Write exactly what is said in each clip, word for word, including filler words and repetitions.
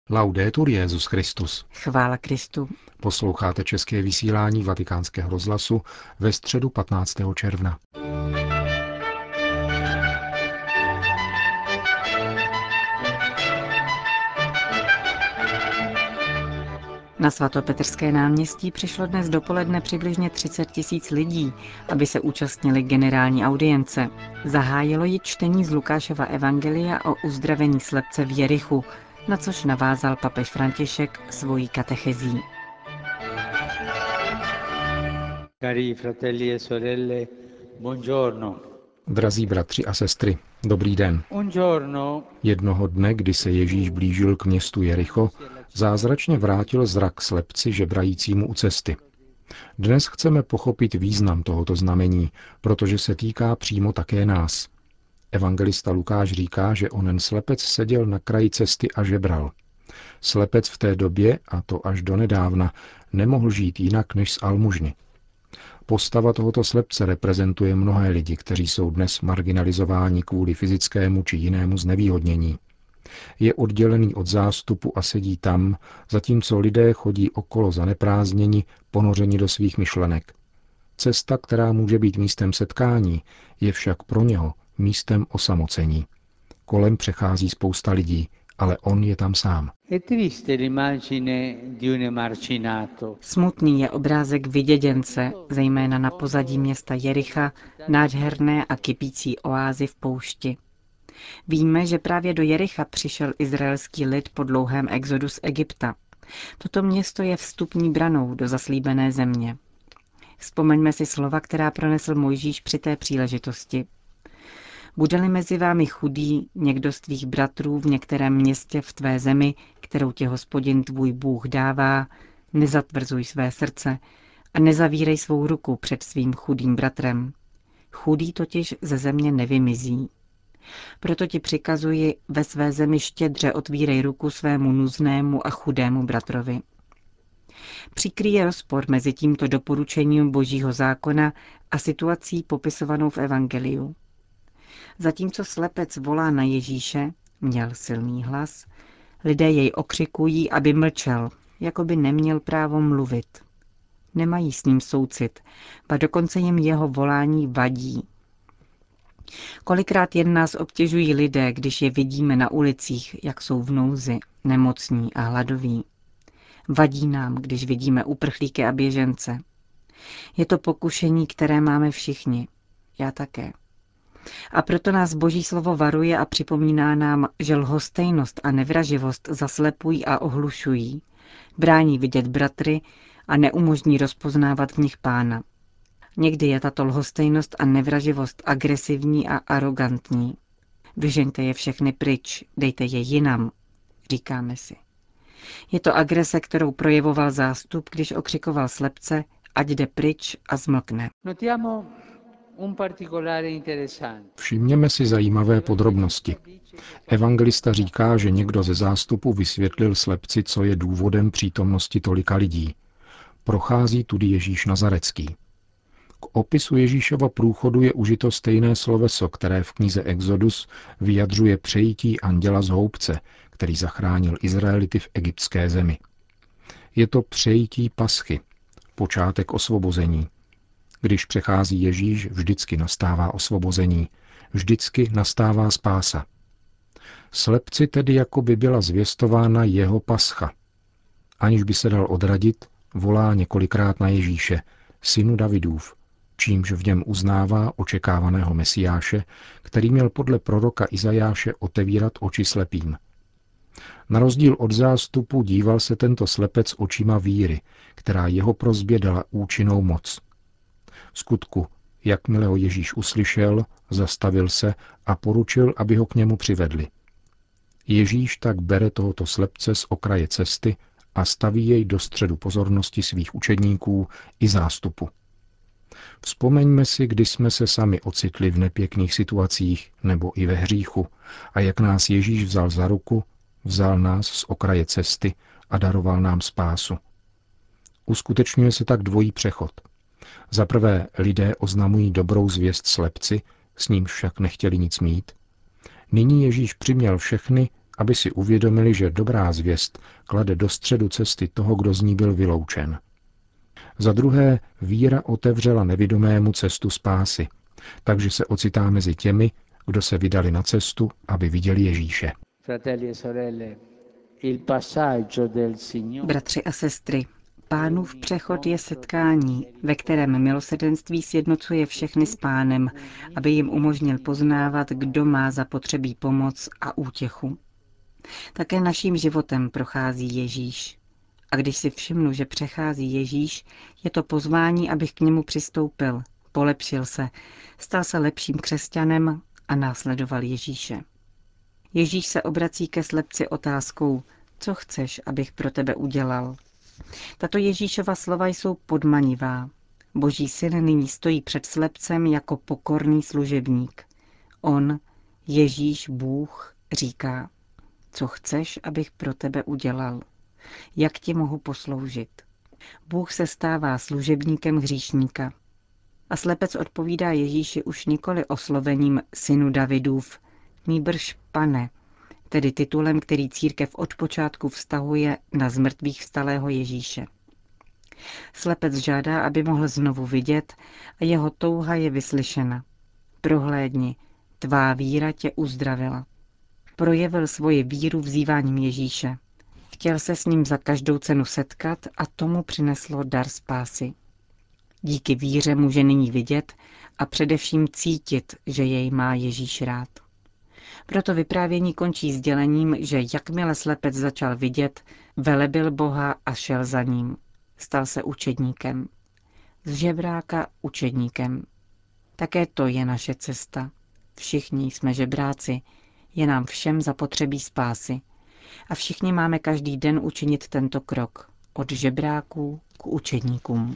Laudetur Jesus Christus. Chvála Kristu. Posloucháte české vysílání Vatikánského rozhlasu ve středu patnáctého června. Na svatopetrské náměstí přišlo dnes dopoledne přibližně třicet tisíc lidí, aby se účastnili generální audience. Zahájilo ji čtení z Lukášova evangelia o uzdravení slepce v Jerichu, na což navázal papež František svojí katechezí. Cari fratelli e sorelle, buongiorno. Drazí bratři a sestry, dobrý den. Un giorno Jednoho dne, kdy se Ježíš blížil k městu Jericho, zázračně vrátil zrak slepci žebrajícímu u cesty. Dnes chceme pochopit význam tohoto znamení, protože se týká přímo také nás. Evangelista Lukáš říká, že onen slepec seděl na kraji cesty a žebral. Slepec v té době, a to až donedávna, nemohl žít jinak než z almužny. Postava tohoto slepce reprezentuje mnohé lidi, kteří jsou dnes marginalizováni kvůli fyzickému či jinému znevýhodnění. Je oddělený od zástupu a sedí tam, zatímco lidé chodí okolo zaneprázdněni, ponořeni do svých myšlenek. Cesta, která může být místem setkání, je však pro něho místem osamocení. Kolem přechází spousta lidí, ale on je tam sám. Smutný je obrázek vyděděnce, zejména na pozadí města Jericha, nádherné a kypící oázy v poušti. Víme, že právě do Jericha přišel izraelský lid po dlouhém exodu z Egypta. Toto město je vstupní branou do zaslíbené země. Vzpomeňme si slova, která pronesl Mojžíš při té příležitosti. Bude-li mezi vámi chudý někdo z tvých bratrů v některém městě v tvé zemi, kterou ti Hospodin tvůj Bůh dává, nezatvrzuj své srdce a nezavírej svou ruku před svým chudým bratrem. Chudý totiž ze země nevymizí. Proto ti přikazuji, ve své zemi štědře otvírej ruku svému nuznému a chudému bratrovi. Příkrý je rozpor mezi tímto doporučením Božího zákona a situací popisovanou v evangeliu. Zatímco slepec volá na Ježíše, měl silný hlas, lidé jej okřikují, aby mlčel, jako by neměl právo mluvit. Nemají s ním soucit, ba dokonce jim jeho volání vadí. Kolikrát jen nás obtěžují lidé, když je vidíme na ulicích, jak jsou v nouzi, nemocní a hladoví. Vadí nám, když vidíme uprchlíky a běžence. Je to pokušení, které máme všichni. Já také. A proto nás Boží slovo varuje a připomíná nám, že lhostejnost a nevraživost zaslepují a ohlušují, brání vidět bratry a neumožní rozpoznávat v nich Pána. Někdy je tato lhostejnost a nevraživost agresivní a arogantní. Vyžeňte je všechny pryč, dejte je jinam, říkáme si. Je to agrese, kterou projevoval zástup, když okřikoval slepce, ať jde pryč a zmlkne. Všimněme si zajímavé podrobnosti. Evangelista říká, že někdo ze zástupu vysvětlil slepci, co je důvodem přítomnosti tolika lidí. Prochází tudy Ježíš Nazarecký. K opisu Ježíšova průchodu je užito stejné sloveso, které v knize Exodus vyjadřuje přejítí anděla z houbce, který zachránil Izraelity v egyptské zemi. Je to přejítí paschy, počátek osvobození. Když přechází Ježíš, vždycky nastává osvobození, vždycky nastává spása. Slepci tedy jako by byla zvěstována jeho pascha. Aniž by se dal odradit, volá několikrát na Ježíše, synu Davidův, čímž v něm uznává očekávaného Mesiáše, který měl podle proroka Izajáše otevírat oči slepým. Na rozdíl od zástupu díval se tento slepec očima víry, která jeho prosbě dala účinnou moc. V skutku, jakmile ho Ježíš uslyšel, zastavil se a poručil, aby ho k němu přivedli. Ježíš tak bere tohoto slepce z okraje cesty a staví jej do středu pozornosti svých učedníků i zástupu. Vzpomeňme si, kdy jsme se sami ocitli v nepěkných situacích nebo i ve hříchu a jak nás Ježíš vzal za ruku, vzal nás z okraje cesty a daroval nám spásu. Uskutečňuje se tak dvojí přechod. Za prvé lidé oznamují dobrou zvěst slepci, s ním však nechtěli nic mít. Nyní Ježíš přiměl všechny, aby si uvědomili, že dobrá zvěst klade do středu cesty toho, kdo z ní byl vyloučen. Za druhé, víra otevřela nevidomému cestu spásy, takže se ocitá mezi těmi, kdo se vydali na cestu, aby viděli Ježíše. Bratři a sestry, Pánův přechod je setkání, ve kterém milosrdenství sjednocuje všechny s Pánem, aby jim umožnil poznávat, kdo má zapotřebí pomoc a útěchu. Také naším životem prochází Ježíš. A když si všimnu, že přechází Ježíš, je to pozvání, abych k němu přistoupil, polepšil se, stal se lepším křesťanem a následoval Ježíše. Ježíš se obrací ke slepci otázkou, co chceš, abych pro tebe udělal. Tato Ježíšova slova jsou podmanivá. Boží syn nyní stojí před slepcem jako pokorný služebník. On, Ježíš Bůh, říká, co chceš, abych pro tebe udělal. Jak ti mohu posloužit? Bůh se stává služebníkem hříšníka. A slepec odpovídá Ježíši už nikoli oslovením synu Davidův, nýbrž Pane, tedy titulem, který církev od počátku vztahuje na zmrtvých vstalého Ježíše. Slepec žádá, aby mohl znovu vidět a jeho touha je vyslyšena. Prohlédni, tvá víra tě uzdravila. Projevil svoji víru vzýváním Ježíše. Chtěl se s ním za každou cenu setkat a tomu přineslo dar spásy. Díky víře může nyní vidět a především cítit, že jej má Ježíš rád. Proto vyprávění končí sdělením, že jakmile slepec začal vidět, velebil Boha a šel za ním. Stal se učedníkem. Z žebráka učedníkem. Také to je naše cesta. Všichni jsme žebráci, je nám všem zapotřebí spásy. A všichni máme každý den učinit tento krok. Od žebráků k učedníkům.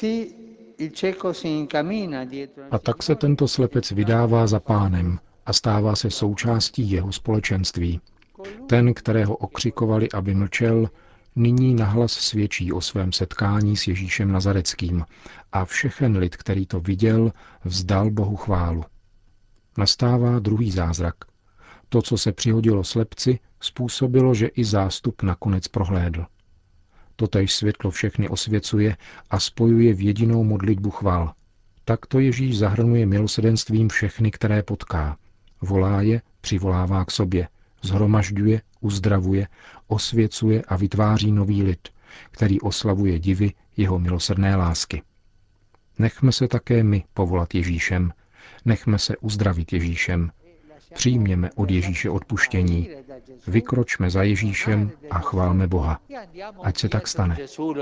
A tak se tento slepec vydává za Pánem a stává se součástí jeho společenství. Ten, kterého okřikovali, aby mlčel, nyní nahlas svědčí o svém setkání s Ježíšem Nazareckým a všechen lid, který to viděl, vzdal Bohu chválu. Nastává druhý zázrak. To, co se přihodilo slepci, způsobilo, že i zástup nakonec prohlédl. Totéž světlo všechny osvěcuje a spojuje v jedinou modlitbu chval. Takto Ježíš zahrnuje milosrdenstvím všechny, které potká. Volá je, přivolává k sobě, shromažďuje, uzdravuje, osvěcuje a vytváří nový lid, který oslavuje divy jeho milosrdné lásky. Nechme se také my povolat Ježíšem, nechme se uzdravit Ježíšem, přijměme od Ježíše odpuštění, vykročme za Ježíšem a chválme Boha. Ať se tak stane.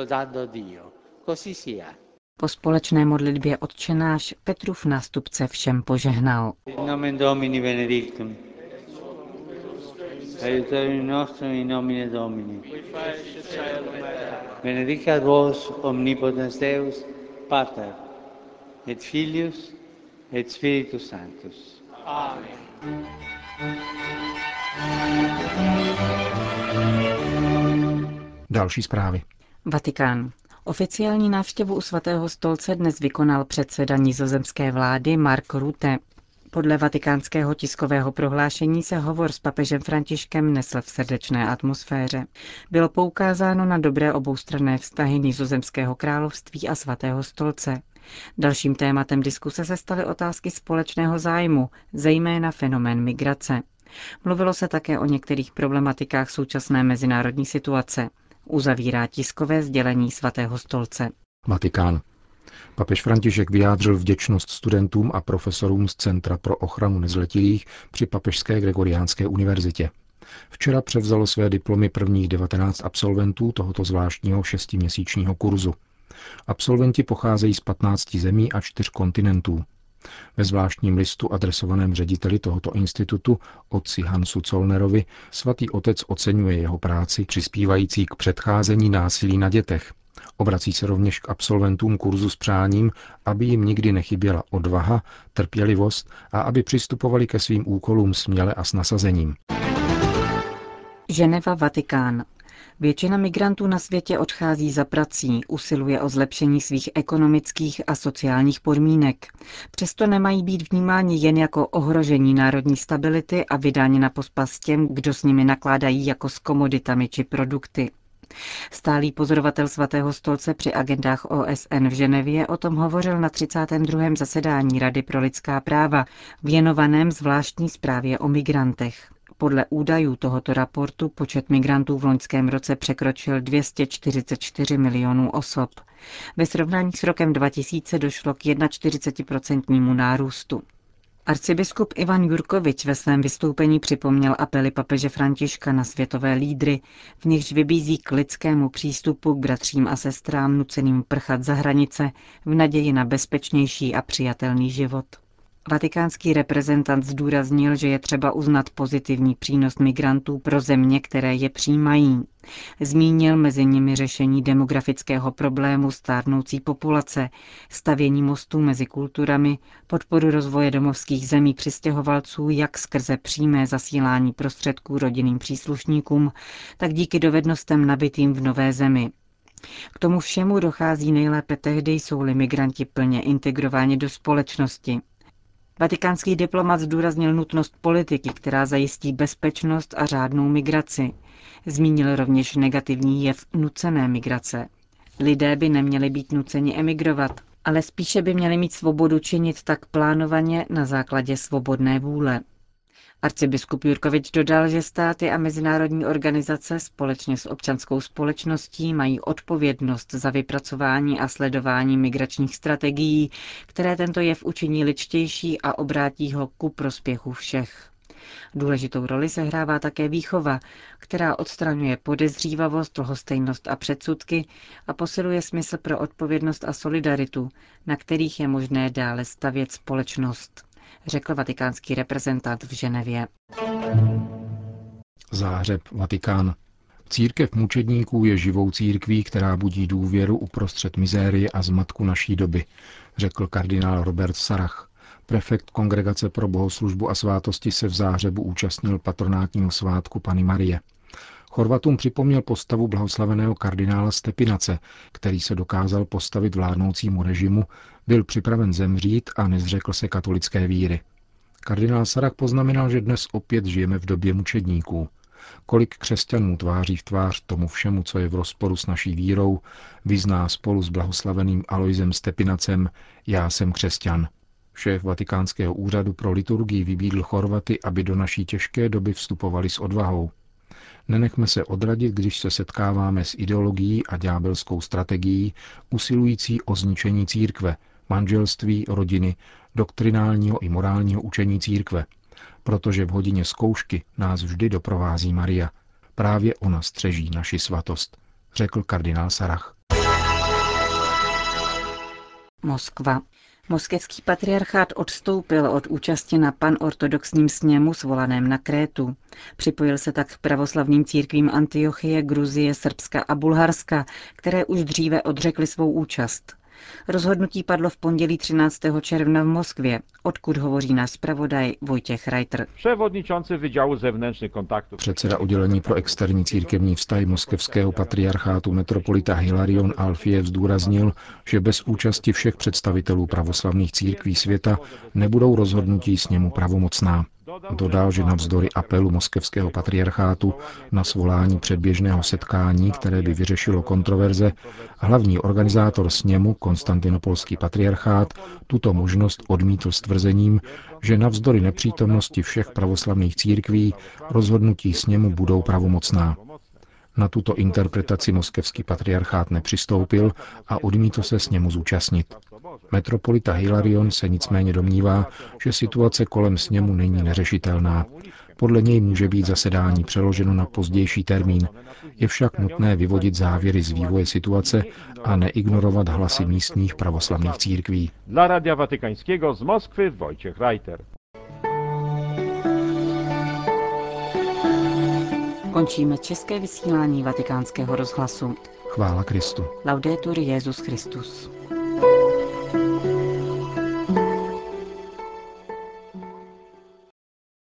Po společné modlitbě Otčenáš Petrův nástupce všem požehnal. Nomen Domini benedictum. Aiutorium nostrum in nomine Domini. Benedicat vos omnipotens Deus, Pater, et Filius, et Spiritus Sanctus. Amen. Další zprávy. Vatikán. Oficiální návštěvu u svatého stolce dnes vykonal předseda nizozemské vlády Mark Rutte. Podle vatikánského tiskového prohlášení se hovor s papežem Františkem nesl v srdečné atmosféře. Bylo poukázáno na dobré oboustranné vztahy nizozemského království a svatého stolce. Dalším tématem diskuse se staly otázky společného zájmu, zejména fenomén migrace. Mluvilo se také o některých problematikách současné mezinárodní situace. Uzavírá tiskové sdělení svatého stolce. Vatikán. Papež František vyjádřil vděčnost studentům a profesorům z Centra pro ochranu nezletilých při Papežské Gregoriánské univerzitě. Včera převzalo své diplomy prvních devatenáct absolventů tohoto zvláštního šestiměsíčního kurzu. Absolventi pocházejí z patnácti zemí a čtyř kontinentů. Ve zvláštním listu adresovaném řediteli tohoto institutu, otci Hansu Zollnerovi, svatý otec oceňuje jeho práci přispívající k předcházení násilí na dětech. Obrací se rovněž k absolventům kurzu s přáním, aby jim nikdy nechyběla odvaha, trpělivost a aby přistupovali ke svým úkolům směle a s nasazením. Ženeva, Vatikán. Většina migrantů na světě odchází za prací, usiluje o zlepšení svých ekonomických a sociálních podmínek. Přesto nemají být vnímáni jen jako ohrožení národní stability a vydáni na pospas těm, kdo s nimi nakládají jako s komoditami či produkty. Stálý pozorovatel Svatého stolce při agendách O S N v Ženevě o tom hovořil na třicátém druhém zasedání Rady pro lidská práva, věnovaném zvláštní zprávě o migrantech. Podle údajů tohoto raportu počet migrantů v loňském roce překročil dvě stě čtyřicet čtyři milionů osob. Ve srovnání s rokem dva tisíce došlo k čtyřiceti jednomu procentnímu nárůstu. Arcibiskup Ivan Jurkovič ve svém vystoupení připomněl apely papeže Františka na světové lídry, v nichž vybízí k lidskému přístupu k bratřím a sestrám nuceným prchat za hranice v naději na bezpečnější a přijatelný život. Vatikánský reprezentant zdůraznil, že je třeba uznat pozitivní přínos migrantů pro země, které je přijímají. Zmínil mezi nimi řešení demografického problému stárnoucí populace, stavění mostů mezi kulturami, podporu rozvoje domovských zemí přistěhovalců jak skrze přímé zasílání prostředků rodinným příslušníkům, tak díky dovednostem nabitým v nové zemi. K tomu všemu dochází nejlépe tehdy, jsou-li migranti plně integrováni do společnosti. Vatikánský diplomat zdůraznil nutnost politiky, která zajistí bezpečnost a řádnou migraci. Zmínil rovněž negativní jev nucené migrace. Lidé by neměli být nuceni emigrovat, ale spíše by měli mít svobodu činit tak plánovaně na základě svobodné vůle. Arcibiskup Jurkovič dodal, že státy a mezinárodní organizace společně s občanskou společností mají odpovědnost za vypracování a sledování migračních strategií, které tento jev učiní lidštější a obrátí ho ku prospěchu všech. Důležitou roli sehrává také výchova, která odstraňuje podezřívavost, lhostejnost a předsudky a posiluje smysl pro odpovědnost a solidaritu, na kterých je možné dále stavět společnost, řekl vatikánský reprezentant v Ženevě. Záhřeb Vatikán. Církev mučedníků je živou církví, která budí důvěru uprostřed mizérie a zmatku naší doby, řekl kardinál Robert Sarach. Prefekt Kongregace pro bohoslužbu a svátosti se v Záhřebu účastnil patronátního svátku Panny Marie. Chorvatům připomněl postavu blahoslaveného kardinála Stepinace, který se dokázal postavit vládnoucímu režimu, byl připraven zemřít a nezřekl se katolické víry. Kardinál Sarach poznamenal, že dnes opět žijeme v době mučedníků. Kolik křesťanů tváří v tvář tomu všemu, co je v rozporu s naší vírou, vyzná spolu s blahoslaveným Alojzem Stepinacem: Já jsem křesťan. Šéf Vatikánského úřadu pro liturgii vybídl Chorvaty, aby do naší těžké doby vstupovali s odvahou. Nenechme se odradit, když se setkáváme s ideologií a ďábelskou strategií usilující o zničení církve, manželství, rodiny, doktrinálního i morálního učení církve. Protože v hodině zkoušky nás vždy doprovází Maria. Právě ona střeží naši svatost, řekl kardinál Sarach. Moskva. Moskevský patriarchát odstoupil od účasti na panortodoxním sněmu svolaném na Krétu. Připojil se tak k pravoslavným církvím Antiochie, Gruzie, Srbska a Bulharska, které už dříve odřekly svou účast. Rozhodnutí padlo v pondělí třináctého června v Moskvě, odkud hovoří náš zpravodaj Vojtěch Reiter. Předseda oddělení pro externí církevní vztahy moskevského patriarchátu metropolita Hilarion Alfiev zdůraznil, že bez účasti všech představitelů pravoslavných církví světa nebudou rozhodnutí sněmu pravomocná. Dodal, že navzdory apelu moskevského patriarchátu na svolání předběžného setkání, které by vyřešilo kontroverze, hlavní organizátor sněmu, konstantinopolský patriarchát, tuto možnost odmítl s tvrzením, že navzdory nepřítomnosti všech pravoslavných církví rozhodnutí sněmu budou pravomocná. Na tuto interpretaci moskevský patriarchát nepřistoupil a odmítl se sněmu zúčastnit. Metropolita Hilarion se nicméně domnívá, že situace kolem sněmu není neřešitelná. Podle něj může být zasedání přeloženo na pozdější termín. Je však nutné vyvodit závěry z vývoje situace a neignorovat hlasy místních pravoslavných církví. Dla Radia Watykańskiego z Moskwy Wojciech Reiter. Končíme české vysílání Vatikánského rozhlasu. Chvála Kristu. Laudetur Jesus Christus.